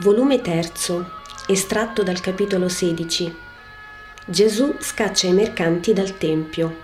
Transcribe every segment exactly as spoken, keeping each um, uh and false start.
Volume terzo, estratto dal capitolo sedici. Gesù scaccia i mercanti dal Tempio.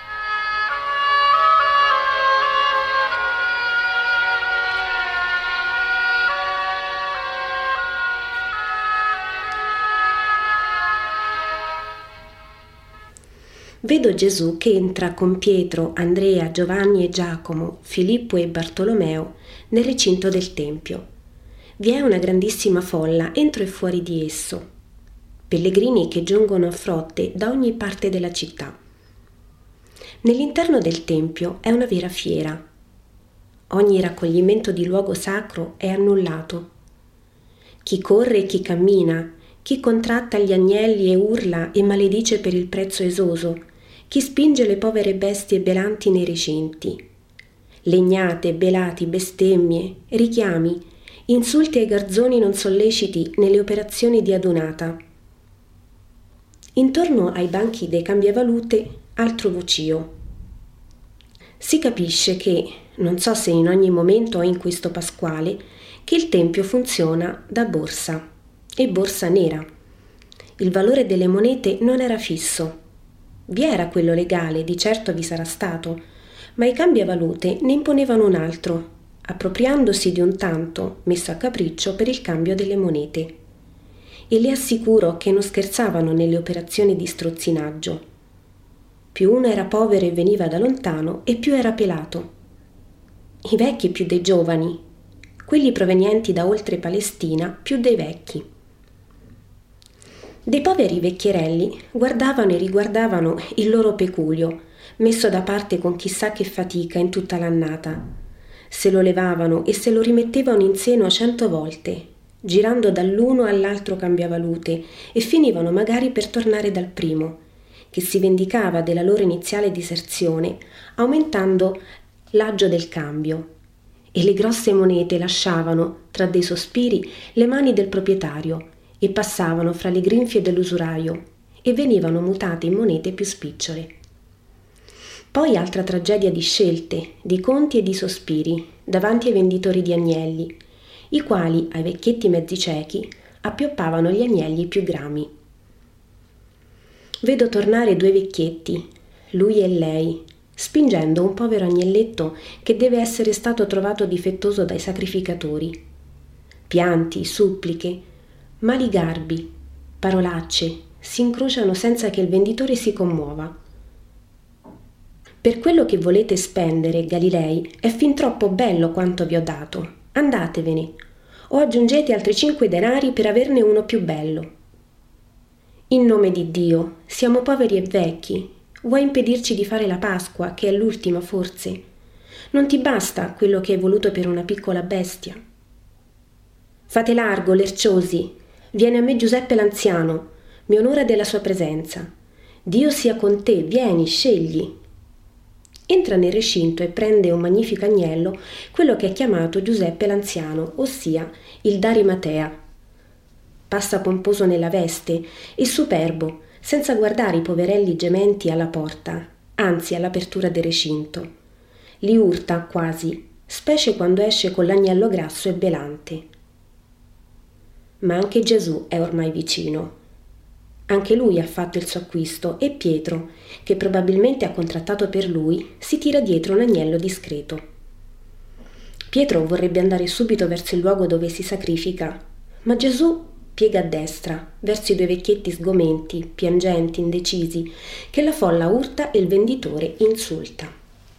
Vedo Gesù che entra con Pietro, Andrea, Giovanni e Giacomo, Filippo e Bartolomeo nel recinto del Tempio. Vi è una grandissima folla entro e fuori di esso, pellegrini che giungono a frotte da ogni parte della città. Nell'interno del Tempio è una vera fiera. Ogni raccoglimento di luogo sacro è annullato. Chi corre e chi cammina, chi contratta gli agnelli e urla e maledice per il prezzo esoso, chi spinge le povere bestie belanti nei recinti. Legnate, belati, bestemmie, richiami, insulti ai garzoni non solleciti nelle operazioni di adunata. Intorno ai banchi dei cambiavalute altro vocio. Si capisce che, non so se in ogni momento o in questo pasquale, che il Tempio funziona da borsa, e borsa nera. Il valore delle monete non era fisso. Vi era quello legale, di certo vi sarà stato, ma i cambiavalute ne imponevano un altro, appropriandosi di un tanto messo a capriccio per il cambio delle monete. E le assicuro che non scherzavano nelle operazioni di strozzinaggio. Più uno era povero e veniva da lontano, e più era pelato. I vecchi più dei giovani, quelli provenienti da oltre Palestina più dei vecchi. Dei poveri vecchierelli guardavano e riguardavano il loro peculio, messo da parte con chissà che fatica in tutta l'annata. Se lo levavano e se lo rimettevano in seno cento volte, girando dall'uno all'altro cambiavalute, e finivano magari per tornare dal primo, che si vendicava della loro iniziale diserzione, aumentando l'aggio del cambio, e le grosse monete lasciavano, tra dei sospiri, le mani del proprietario e passavano fra le grinfie dell'usuraio e venivano mutate in monete più spicciole. Poi altra tragedia di scelte, di conti e di sospiri davanti ai venditori di agnelli, i quali, ai vecchietti mezzi ciechi, appioppavano gli agnelli più grami. Vedo tornare due vecchietti, lui e lei, spingendo un povero agnelletto che deve essere stato trovato difettoso dai sacrificatori. Pianti, suppliche, mali garbi, parolacce si incrociano senza che il venditore si commuova. Per quello che volete spendere, Galilei, è fin troppo bello quanto vi ho dato. Andatevene, o aggiungete altri cinque denari per averne uno più bello. In nome di Dio, siamo poveri e vecchi. Vuoi impedirci di fare la Pasqua, che è l'ultima forse? Non ti basta quello che hai voluto per una piccola bestia? Fate largo, lerciosi. Viene a me Giuseppe l'anziano, mi onora della sua presenza. Dio sia con te, vieni, scegli. Entra nel recinto e prende un magnifico agnello, quello che è chiamato Giuseppe l'anziano, ossia il d'Arimatea. Passa pomposo nella veste e superbo, senza guardare i poverelli gementi alla porta, anzi all'apertura del recinto. Li urta quasi, specie quando esce con l'agnello grasso e belante. Ma anche Gesù è ormai vicino. Anche lui ha fatto il suo acquisto e Pietro, che probabilmente ha contrattato per lui, si tira dietro un agnello discreto. Pietro vorrebbe andare subito verso il luogo dove si sacrifica, ma Gesù piega a destra, verso i due vecchietti sgomenti, piangenti, indecisi, che la folla urta e il venditore insulta.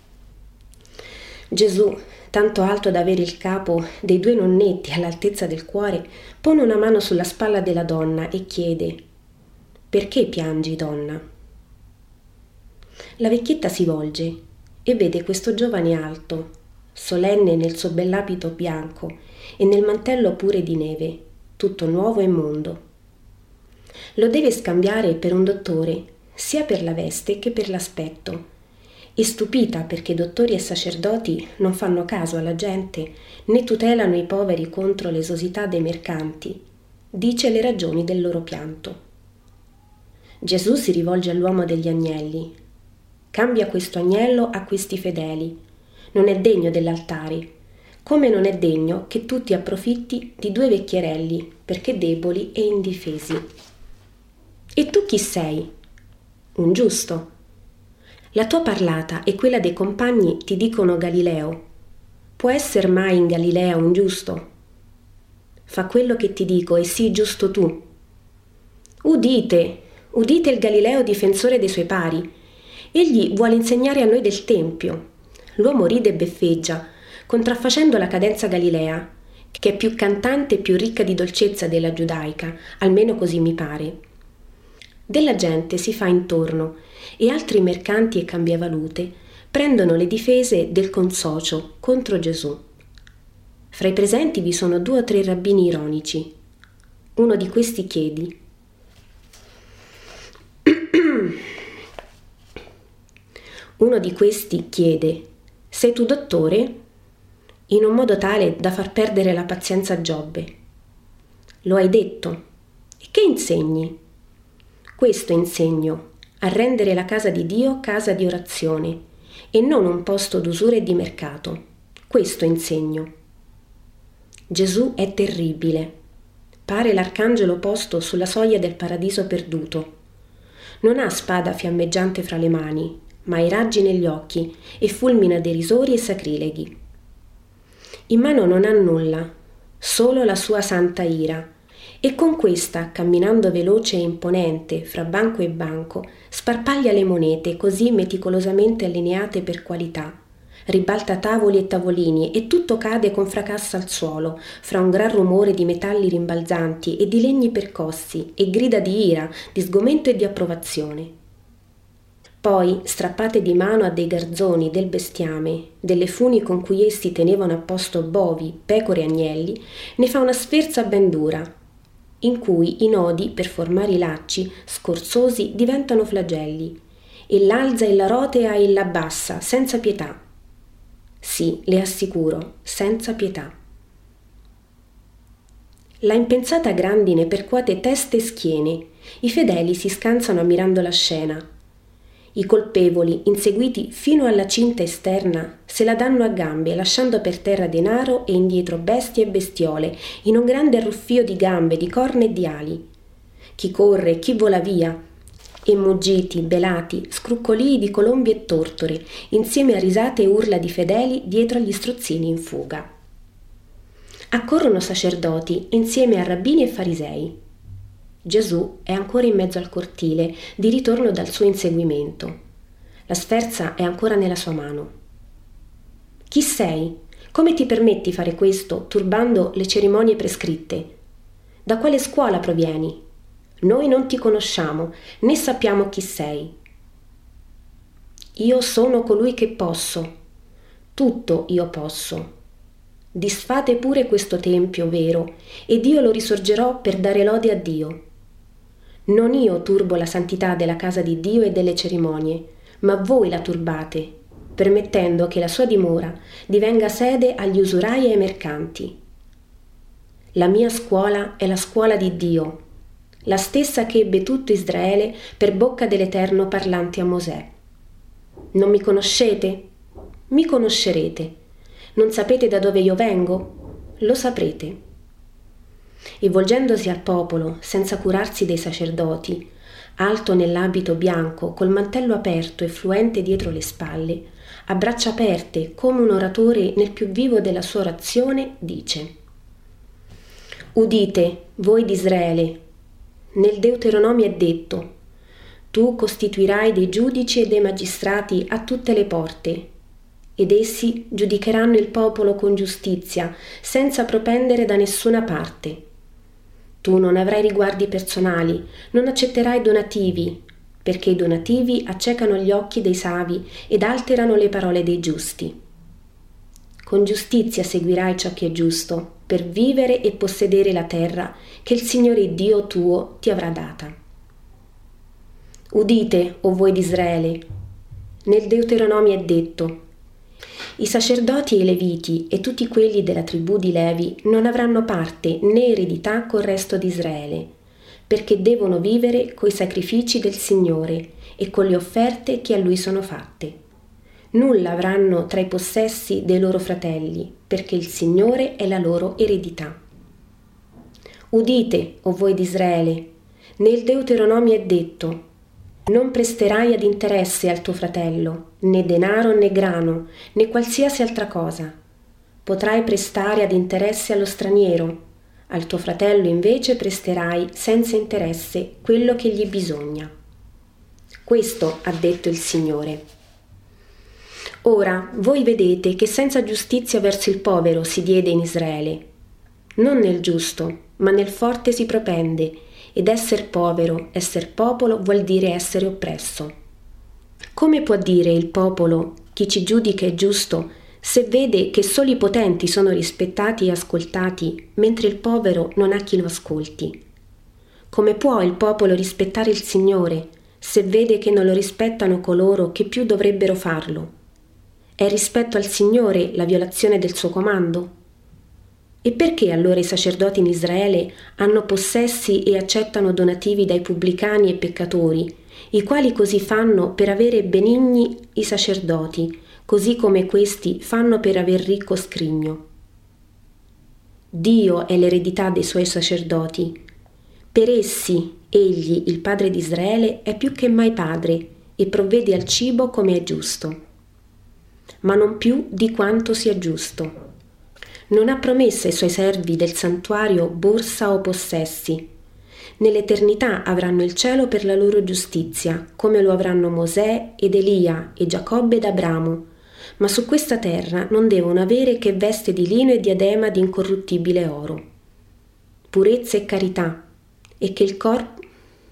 Gesù, tanto alto da avere il capo dei due nonnetti all'altezza del cuore, pone una mano sulla spalla della donna e chiede: «Perché piangi, donna?» La vecchietta si volge e vede questo giovane alto, solenne nel suo bell'abito bianco e nel mantello pure di neve, tutto nuovo e mondo. Lo deve scambiare per un dottore, sia per la veste che per l'aspetto, e stupita perché dottori e sacerdoti non fanno caso alla gente né tutelano i poveri contro l'esosità dei mercanti, dice le ragioni del loro pianto. Gesù si rivolge all'uomo degli agnelli. Cambia questo agnello a questi fedeli. Non è degno dell'altare. come non è degno che tu ti approfitti di due vecchierelli, perché deboli e indifesi. E tu chi sei? Un giusto. La tua parlata e quella dei compagni ti dicono Galileo. Può esser mai in Galilea un giusto? Fa quello che ti dico e sii giusto tu. Udite, udite il Galileo difensore dei suoi pari. Egli vuole insegnare a noi del Tempio. L'uomo ride e beffeggia, contraffacendo la cadenza galilea, che è più cantante e più ricca di dolcezza della giudaica, almeno così mi pare. Della gente si fa intorno e altri mercanti e cambiavalute prendono le difese del consocio contro Gesù. Fra i presenti vi sono due o tre rabbini ironici. Uno di questi chiede: Uno di questi chiede: sei tu dottore? In un modo tale da far perdere la pazienza a Giobbe. Lo hai detto. E che insegni? Questo insegno, a rendere la casa di Dio casa di orazione e non un posto d'usura e di mercato. Questo insegno. Gesù è terribile. Pare l'arcangelo posto sulla soglia del paradiso perduto. Non ha spada fiammeggiante fra le mani, ma i raggi negli occhi e fulmina derisori e sacrileghi. In mano non ha nulla, solo la sua santa ira, e con questa, camminando veloce e imponente fra banco e banco, sparpaglia le monete così meticolosamente allineate per qualità, ribalta tavoli e tavolini e tutto cade con fracasso al suolo, fra un gran rumore di metalli rimbalzanti e di legni percossi e grida di ira, di sgomento e di approvazione. Poi, strappate di mano a dei garzoni del bestiame, delle funi con cui essi tenevano a posto bovi, pecore e agnelli, ne fa una sferza ben dura, in cui i nodi, per formare i lacci, scorzosi, diventano flagelli, e l'alza e la rotea e la bassa, senza pietà. Sì, le assicuro, senza pietà. La impensata grandine percuote teste e schiene, i fedeli si scansano ammirando la scena. I colpevoli, inseguiti fino alla cinta esterna, se la danno a gambe, lasciando per terra denaro e indietro bestie e bestiole, in un grande arruffio di gambe, di corna e di ali. Chi corre, chi vola via, e muggiti, belati, scruccolii di colombi e tortori, insieme a risate e urla di fedeli dietro agli strozzini in fuga. Accorrono sacerdoti insieme a rabbini e farisei. Gesù è ancora in mezzo al cortile, di ritorno dal suo inseguimento. La sferza è ancora nella sua mano. Chi sei? Come ti permetti fare questo, turbando le cerimonie prescritte? Da quale scuola provieni? Noi non ti conosciamo, né sappiamo chi sei. Io sono colui che posso. Tutto io posso. Disfate pure questo tempio vero, ed io lo risorgerò per dare lode a Dio. Non io turbo la santità della casa di Dio e delle cerimonie, ma voi la turbate, permettendo che la sua dimora divenga sede agli usurai e ai mercanti. La mia scuola è la scuola di Dio, la stessa che ebbe tutto Israele per bocca dell'Eterno parlanti a Mosè. Non mi conoscete? Mi conoscerete. Non sapete da dove io vengo? Lo saprete. E volgendosi al popolo, senza curarsi dei sacerdoti, alto nell'abito bianco, col mantello aperto e fluente dietro le spalle, a braccia aperte, come un oratore nel più vivo della sua orazione, dice: Udite, voi di Israele, nel Deuteronomio è detto: tu costituirai dei giudici e dei magistrati a tutte le porte, ed essi giudicheranno il popolo con giustizia, senza propendere da nessuna parte. Tu non avrai riguardi personali, non accetterai donativi, perché i donativi accecano gli occhi dei savi ed alterano le parole dei giusti. Con giustizia seguirai ciò che è giusto, per vivere e possedere la terra che il Signore Dio tuo ti avrà data. Udite, o voi di Israele, nel Deuteronomio è detto: i sacerdoti e i leviti e tutti quelli della tribù di Levi non avranno parte né eredità col resto di Israele, perché devono vivere coi sacrifici del Signore e con le offerte che a Lui sono fatte. Nulla avranno tra i possessi dei loro fratelli, perché il Signore è la loro eredità. Udite, o voi di Israele, nel Deuteronomio è detto: non presterai ad interesse al tuo fratello, né denaro né grano, né qualsiasi altra cosa. Potrai prestare ad interesse allo straniero, al tuo fratello invece presterai senza interesse quello che gli bisogna. Questo ha detto il Signore. Ora voi vedete che senza giustizia verso il povero si diede in Israele. Non nel giusto, ma nel forte si propende, ed esser povero, esser popolo, vuol dire essere oppresso. Come può dire il popolo, chi ci giudica è giusto, se vede che solo i potenti sono rispettati e ascoltati, mentre il povero non ha chi lo ascolti? Come può il popolo rispettare il Signore, se vede che non lo rispettano coloro che più dovrebbero farlo? È rispetto al Signore la violazione del suo comando? E perché allora i sacerdoti in Israele hanno possessi e accettano donativi dai pubblicani e peccatori, i quali così fanno per avere benigni i sacerdoti, così come questi fanno per aver ricco scrigno? Dio è l'eredità dei suoi sacerdoti. Per essi, egli, il Padre di Israele, è più che mai Padre e provvede al cibo come è giusto, ma non più di quanto sia giusto. Non ha promesso ai suoi servi del santuario borsa o possessi. Nell'eternità avranno il cielo per la loro giustizia, come lo avranno Mosè ed Elia e Giacobbe ed Abramo, ma su questa terra non devono avere che veste di lino e diadema di incorruttibile oro. Purezza e carità, e che il corpo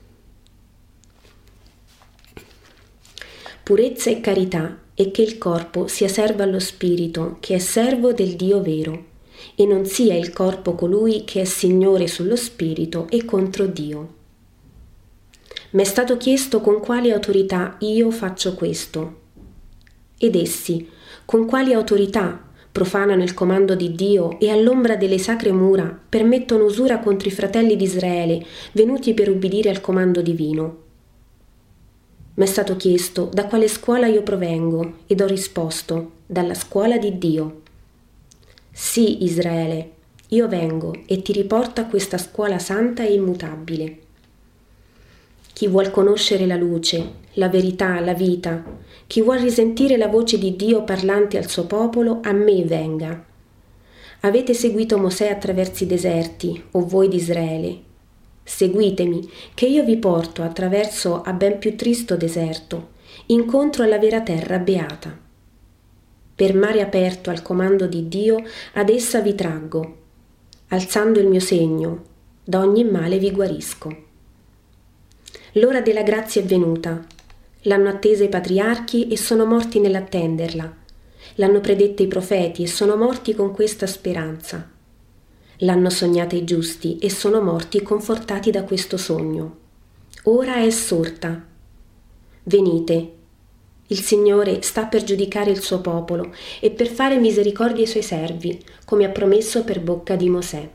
purezza e carità e che il corpo sia servo allo spirito, che è servo del Dio vero, e non sia il corpo colui che è signore sullo spirito e contro Dio. M'è stato chiesto con quali autorità io faccio questo. Ed essi, con quali autorità, profanano il comando di Dio e all'ombra delle sacre mura permettono usura contro i fratelli di Israele venuti per ubbidire al comando divino. M'è stato chiesto da quale scuola io provengo ed ho risposto: dalla scuola di Dio. Sì, Israele, io vengo e ti riporto a questa scuola santa e immutabile. Chi vuol conoscere la luce, la verità, la vita, chi vuol risentire la voce di Dio parlante al suo popolo, a me venga. Avete seguito Mosè attraverso i deserti, o voi di Israele. Seguitemi, che io vi porto attraverso a ben più tristo deserto, incontro alla vera terra beata. Per mare aperto al comando di Dio, ad essa vi traggo. Alzando il mio segno, da ogni male vi guarisco. L'ora della grazia è venuta. L'hanno attesa i patriarchi e sono morti nell'attenderla. L'hanno predetta i profeti e sono morti con questa speranza. L'hanno sognata i giusti e sono morti confortati da questo sogno. Ora è sorta. Venite. Il Signore sta per giudicare il suo popolo e per fare misericordia ai suoi servi, come ha promesso per bocca di Mosè.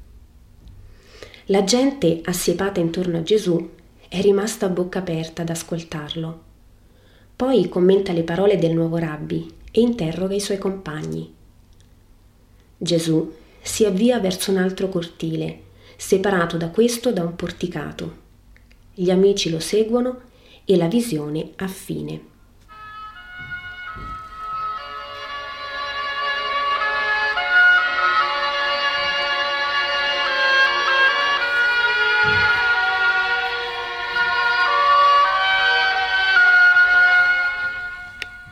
La gente, assiepata intorno a Gesù, è rimasta a bocca aperta ad ascoltarlo. Poi commenta le parole del nuovo rabbi e interroga i suoi compagni. Gesù si avvia verso un altro cortile, separato da questo da un porticato. Gli amici lo seguono e la visione ha fine.